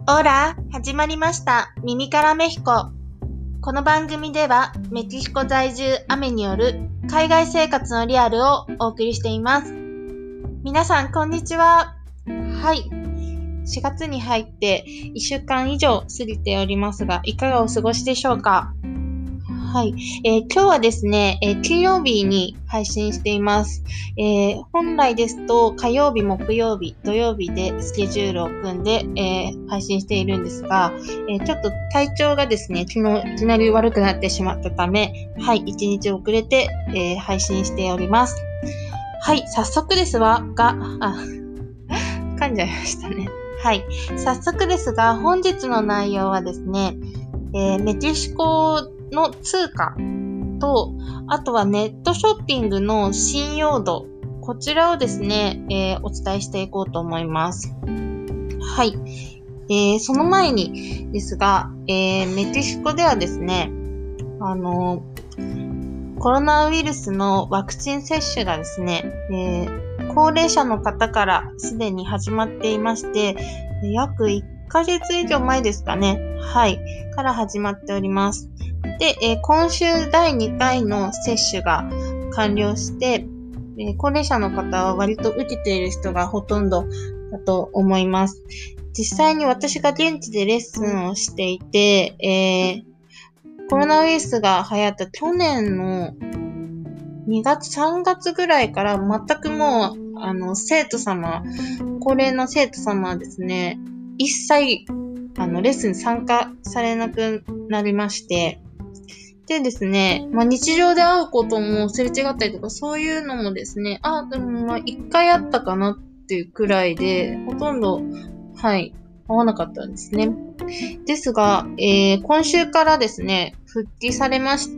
オーラ、始まりました。耳からメヒコ。この番組では、メキシコ在住アメによる海外生活のリアルをお送りしています。皆さん、こんにちは。はい。4月に入って1週間以上過ぎておりますが、いかがお過ごしでしょうか？はい。今日はですね、金曜日に配信しています。本来ですと火曜日、木曜日、土曜日でスケジュールを組んで、配信しているんですが、ちょっと体調がですね、昨日いきなり悪くなってしまったため、はい、1日遅れて、配信しております。はい、早速ですが、噛んじゃいましたね。はい、早速ですが、本日の内容はですね、メキシコの通貨と、あとはネットショッピングの信用度、こちらをですね、お伝えしていこうと思います。はい。その前にですが、メキシコではですね、コロナウイルスのワクチン接種がですね、高齢者の方からすでに始まっていまして、約1ヶ月以上前ですかね。はい。から始まっております。で、今週第2回の接種が完了して、高齢者の方は割と受けている人がほとんどだと思います。実際に私が現地でレッスンをしていて、コロナウイルスが流行った去年の2月、3月ぐらいから全くもう、生徒様、高齢の生徒様はですね、一切、レッスンに参加されなくなりまして、でですね、日常で会うこともすれ違ったりとか、そういうのもですね、でも一回会ったかなっていうくらいで、ほとんど、はい、会わなかったんですね。ですが、今週からですね、復帰されまして、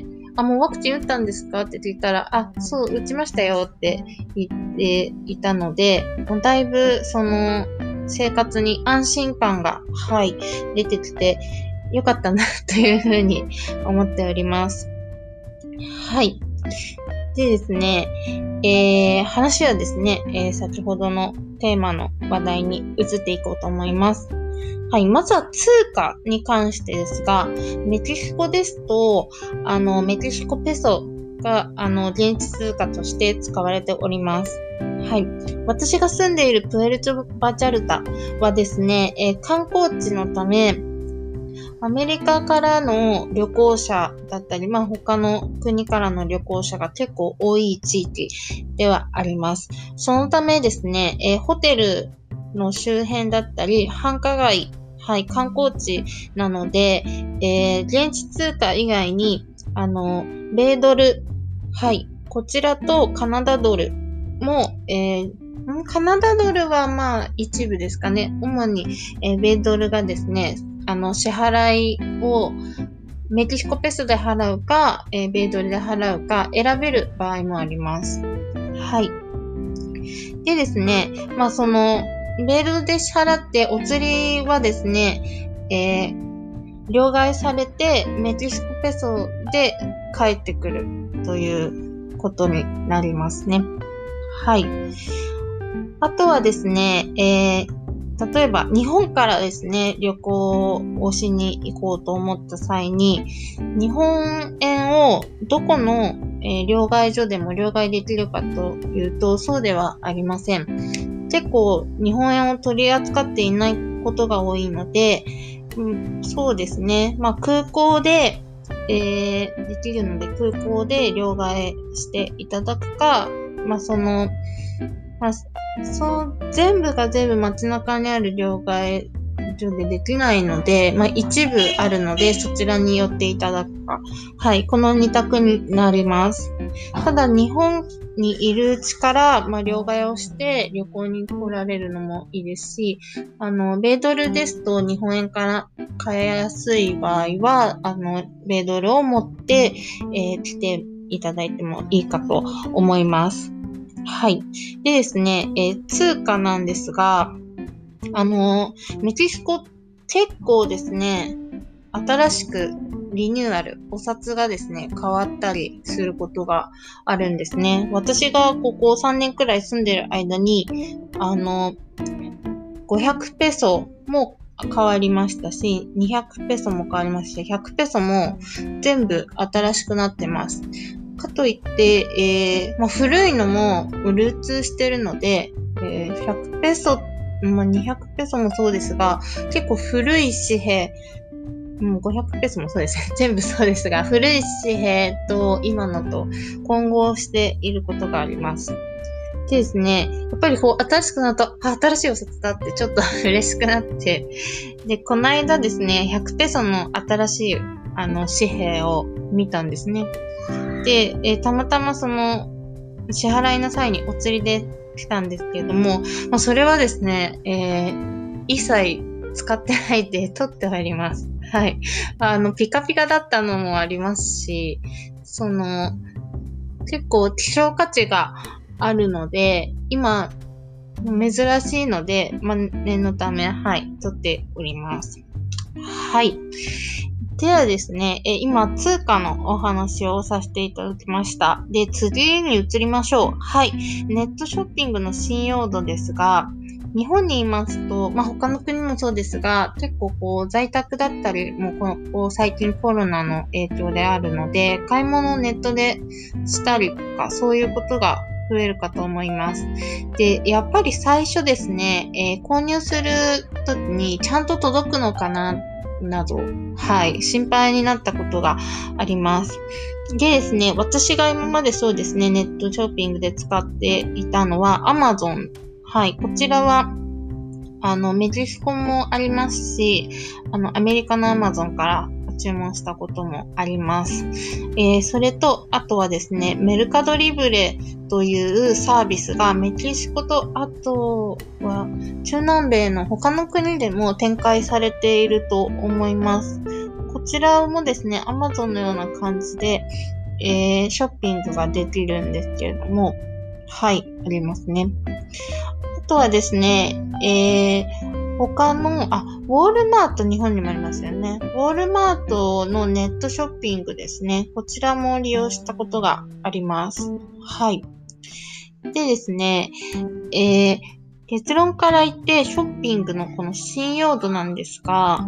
もうワクチン打ったんですかって言ったら、そう、打ちましたよって言っていたので、だいぶ、生活に安心感が、はい、出てきて、よかったな、というふうに思っております。はい。でですね、話はですね、先ほどのテーマの話題に移っていこうと思います。はい。まずは通貨に関してですが、メキシコですと、メキシコペソが、現地通貨として使われております。はい。私が住んでいるプエルトバチャルタはですね、観光地のため、アメリカからの旅行者だったり、他の国からの旅行者が結構多い地域ではあります。そのためですね、ホテルの周辺だったり、繁華街、はい、観光地なので、現地通貨以外に、米ドル、はい、こちらとカナダドルも、カナダドルは一部ですかね。主に、米ドルがですね、支払いをメキシコペソで払うか、米ドルで払うか選べる場合もあります。はい。でですね、米ドルで支払ってお釣りはですね、両替されてメキシコペソで返ってくるということになりますね。はい。あとはですね、例えば日本からですね、旅行をしに行こうと思った際に、日本円をどこの、両替所でも両替できるかというと、そうではありません。結構日本円を取り扱っていないことが多いので、そうですね。空港で、できるので空港で両替していただくか、全部が全部街中にある両替所でできないので、一部あるので、そちらに寄っていただくか。はい、この2択になります。ただ、日本にいるうちから、両替をして旅行に来られるのもいいですし、米ドルですと日本円から買いやすい場合は、米ドルを持って、来ていただいてもいいかと思います。はい。でですね、通貨なんですが、メキシコ結構ですね、新しくリニューアル、お札がですね、変わったりすることがあるんですね。私がここ3年くらい住んでる間に、500ペソも変わりましたし、200ペソも変わりましたし、100ペソも全部新しくなってます。かといって、古いのも流通してるので、100ペソ、200ペソもそうですが、結構古い紙幣、500ペソもそうですね。全部そうですが、古い紙幣と今のと混合していることがあります。でですね、やっぱり新しくなると、新しいお札だってちょっと嬉しくなって、で、この間ですね、100ペソの新しい、紙幣を見たんですね。で、たまたまその、支払いの際にお釣りで来たんですけれども、それはですね、一切使ってないで取ってあります。はい。ピカピカだったのもありますし、結構希少価値があるので、今、珍しいので、念のため、取っております。はい。ではですね、今、通貨のお話をさせていただきました。で、次に移りましょう。はい。ネットショッピングの信用度ですが、日本にいますと、他の国もそうですが、結構在宅だったり、もう最近コロナの影響であるので、買い物をネットでしたりとか、そういうことが増えるかと思います。で、やっぱり最初ですね、購入するときにちゃんと届くのかな、など、心配になったことがあります。でですね、私が今までそうですね、ネットショッピングで使っていたのは Amazon。こちらは、メキシコもありますし、アメリカの Amazon から注文したこともあります。それと、あとはですね、メルカドリブレというサービスがメキシコと、あとは中南米の他の国でも展開されていると思います。こちらもですね、Amazon のような感じで、ショッピングができるんですけれども、ありますね。あとはですね、他の、ウォールマート日本にもありますよね。ウォールマートのネットショッピングですね。こちらも利用したことがあります。でですね、結論から言ってショッピングのこの信用度なんですが、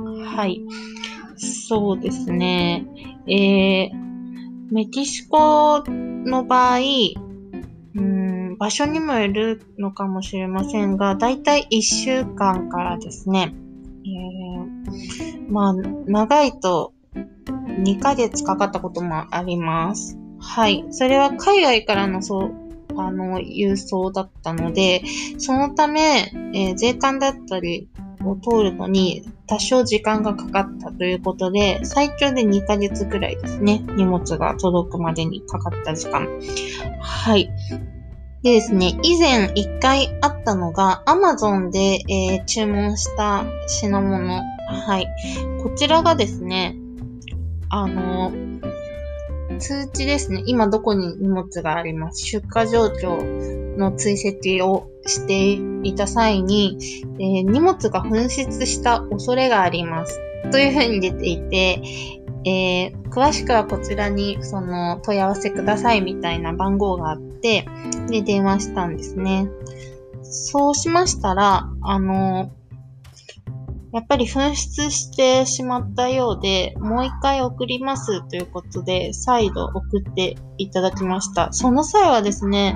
そうですね、メキシコの場合、場所にもよるのかもしれませんが、だいたい1週間からですね、長いと2ヶ月かかったこともあります。それは海外からの郵送だったので、そのため、税関だったりを通るのに多少時間がかかったということで、最長で2ヶ月くらいですね、荷物が届くまでにかかった時間。でですね、以前一回あったのが Amazon で、注文した品物。こちらがですね、通知ですね。今どこに荷物があります。出荷状況の追跡をしていた際に、荷物が紛失した恐れがあります。というふうに出ていて、詳しくはこちらに問い合わせくださいみたいな番号があって、で、電話したんですね。そうしましたら、やっぱり紛失してしまったようで、もう一回送りますということで、再度送っていただきました。その際はですね、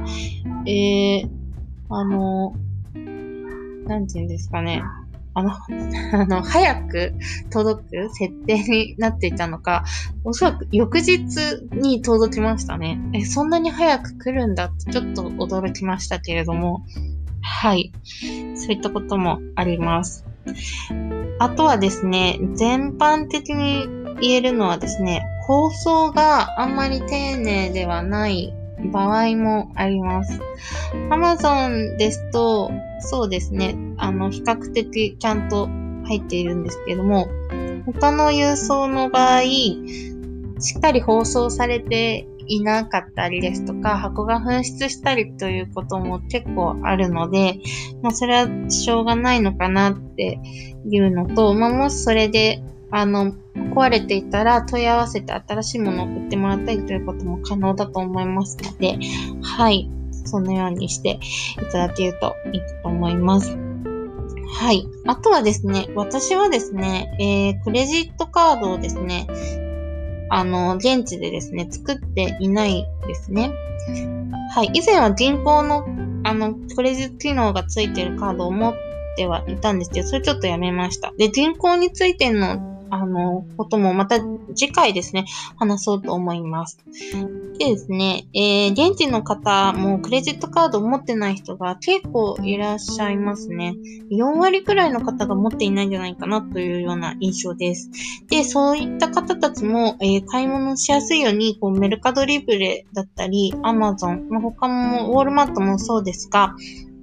なんていうんですかね。早く届く設定になっていたのか、おそらく翌日に届きましたね。そんなに早く来るんだってちょっと驚きましたけれども、そういったこともあります。あとはですね、全般的に言えるのはですね、包装があんまり丁寧ではない場合もあります。Amazon ですと、そうですね、比較的ちゃんと入っているんですけれども、他の郵送の場合、しっかり包装されていなかったりですとか、箱が紛失したりということも結構あるので、それはしょうがないのかなっていうのと、もしそれで、壊れていたら問い合わせて新しいものを送ってもらったりということも可能だと思いますので、そのようにしていただけるといいと思います。 はい。あとはですね、私はですね、クレジットカードをですね、現地でですね、作っていないですね。はい。以前は銀行の、クレジット機能がついているカードを持ってはいたんですけど、それちょっとやめました。で、銀行についての、こともまた次回ですね、話そうと思います。でですね、現地の方もクレジットカードを持ってない人が結構いらっしゃいますね。4割くらいの方が持っていないんじゃないかなというような印象です。で、そういった方たちも、買い物しやすいように、メルカドリブレだったり、アマゾン、他もウォールマットもそうですが、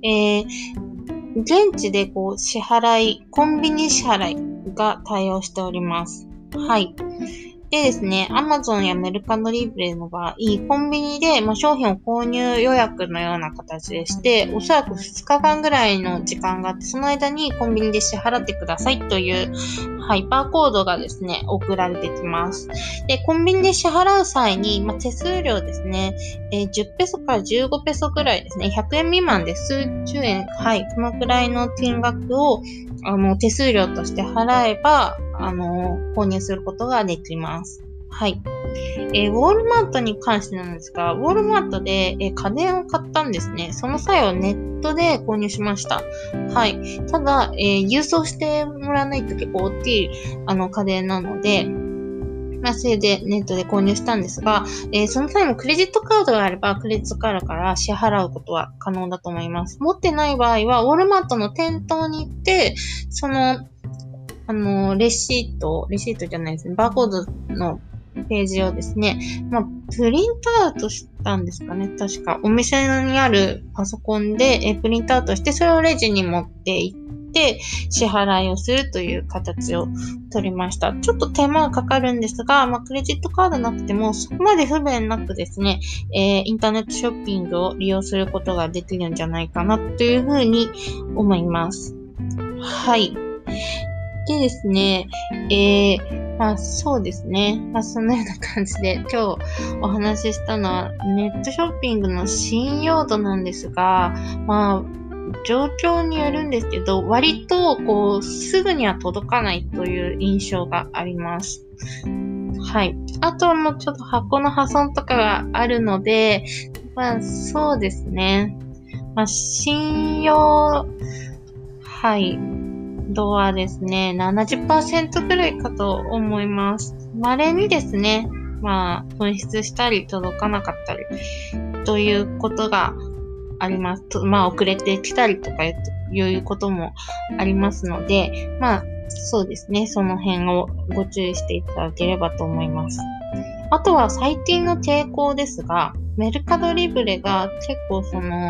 現地で支払い、コンビニ支払いが対応しております。はい。でですね、Amazon やメルカドリブレの場合、コンビニで、商品を購入予約のような形でして、おそらく2日間ぐらいの時間があって、その間にコンビニで支払ってくださいという、はい、バーコードがですね、送られてきます。で、コンビニで支払う際に、手数料ですね、10ペソから15ペソぐらいですね、100円未満で数十円、はい、このくらいの金額を、手数料として払えば、購入することができます。はい。ウォールマートに関してなんですが、ウォールマートで、家電を買ったんですね。その際はネットで購入しました。はい。ただ、郵送してもらわないと結構大きい、家電なので、それでネットで購入したんですが、その際もクレジットカードがあれば、クレジットカードから支払うことは可能だと思います。持ってない場合は、ウォールマートの店頭に行って、その、レシートじゃないですね、バーコードのページをですね、プリントアウトしたんですかね、確か。お店にあるパソコンで、プリントアウトして、それをレジに持って行って、支払いをするという形を取りました。ちょっと手間がかかるんですが、クレジットカードなくても、そこまで不便なくですね、インターネットショッピングを利用することができるんじゃないかなというふうに思います。はい。でですね、そうですね。そのような感じで、今日お話ししたのは、ネットショッピングの信用度なんですが、状況によるんですけど、割と、すぐには届かないという印象があります。はい。あとはもうちょっと箱の破損とかがあるので、そうですね。信用、はい。度はですね、70% くらいかと思います。稀にですね、紛失したり届かなかったりということがあります。遅れてきたりとかいうこともありますので、そうですね、その辺をご注意していただければと思います。あとは最近の傾向ですが、メルカドリブレが結構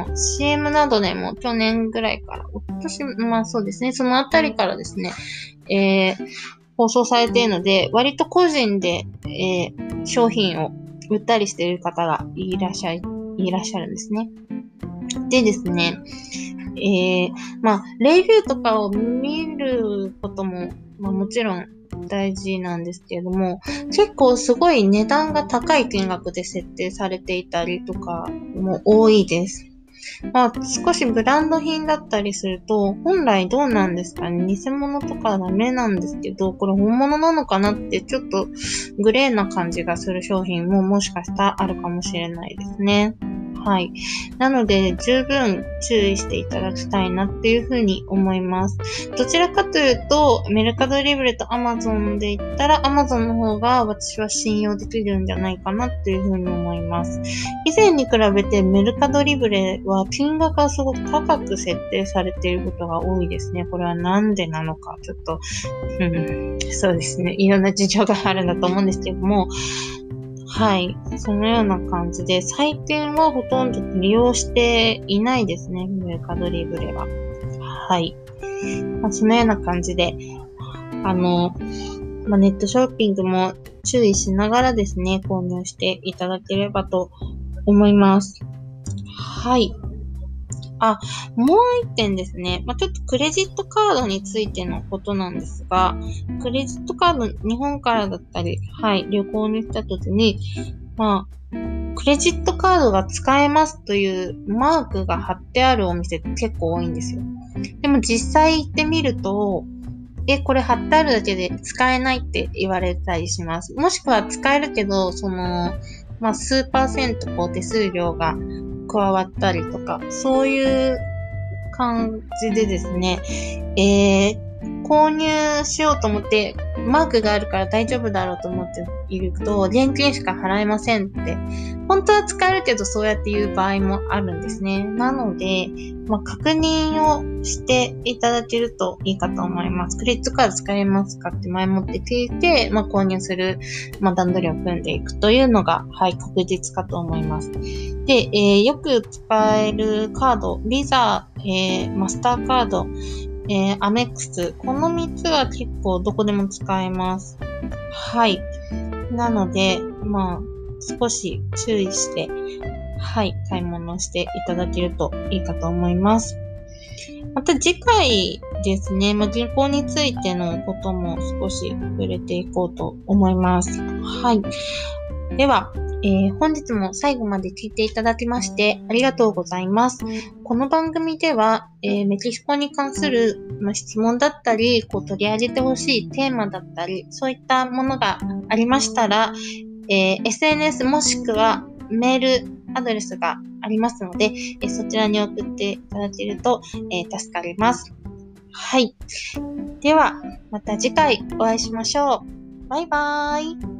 CM などでも去年ぐらいから、そうですね、そのあたりからですね、放送されているので、割と個人で、商品を売ったりしている方がいらっしゃるんですね。でですね、レビューとかを見ることも、もちろん大事なんですけれども、結構すごい値段が高い金額で設定されていたりとかも多いです。少しブランド品だったりすると、本来どうなんですかね、偽物とかダメなんですけど、これ本物なのかなってちょっとグレーな感じがする商品ももしかしたらあるかもしれないですね。はい。なので、十分注意していただきたいなっていうふうに思います。どちらかというと、メルカドリブレと Amazon で言ったら、Amazon の方が私は信用できるんじゃないかなっていうふうに思います。以前に比べてメルカドリブレは金額がすごく高く設定されていることが多いですね。これはなんでなのか、ちょっと、そうですね。いろんな事情があるんだと思うんですけども、はい。そのような感じで、最近はほとんど利用していないですね。メルカドリブレは。はい。そのような感じで、ネットショッピングも注意しながらですね、購入していただければと思います。はい。もう一点ですね。ちょっとクレジットカードについてのことなんですが、クレジットカード、日本からだったり、はい、旅行に来た時に、 クレジットカードが使えますというマークが貼ってあるお店結構多いんですよ。でも実際行ってみると、これ貼ってあるだけで使えないって言われたりします。もしくは使えるけど、数パーセント手数料が加わったりとか、そういう感じでですね、購入しようと思って、マークがあるから大丈夫だろうと思っていると、現金しか払えませんって、本当は使えるけどそうやって言う場合もあるんですね。なので、確認をしていただけるといいかと思います。クレジットカード使えますかって前もって聞いて、購入する、段取りを組んでいくというのが、確実かと思います。で、よく使えるカード、ビザ、マスターカード、アメックス。この3つは結構どこでも使えます。はい。なので、少し注意して、買い物していただけるといいかと思います。また次回ですね、銀行についてのことも少し触れていこうと思います。はい。では、本日も最後まで聞いていただきましてありがとうございます。この番組では、メキシコに関する、質問だったり、取り上げてほしいテーマだったり、そういったものがありましたら、SNS もしくはメールアドレスがありますので、そちらに送っていただけると、助かります。はい。では、また次回お会いしましょう。バイバーイ。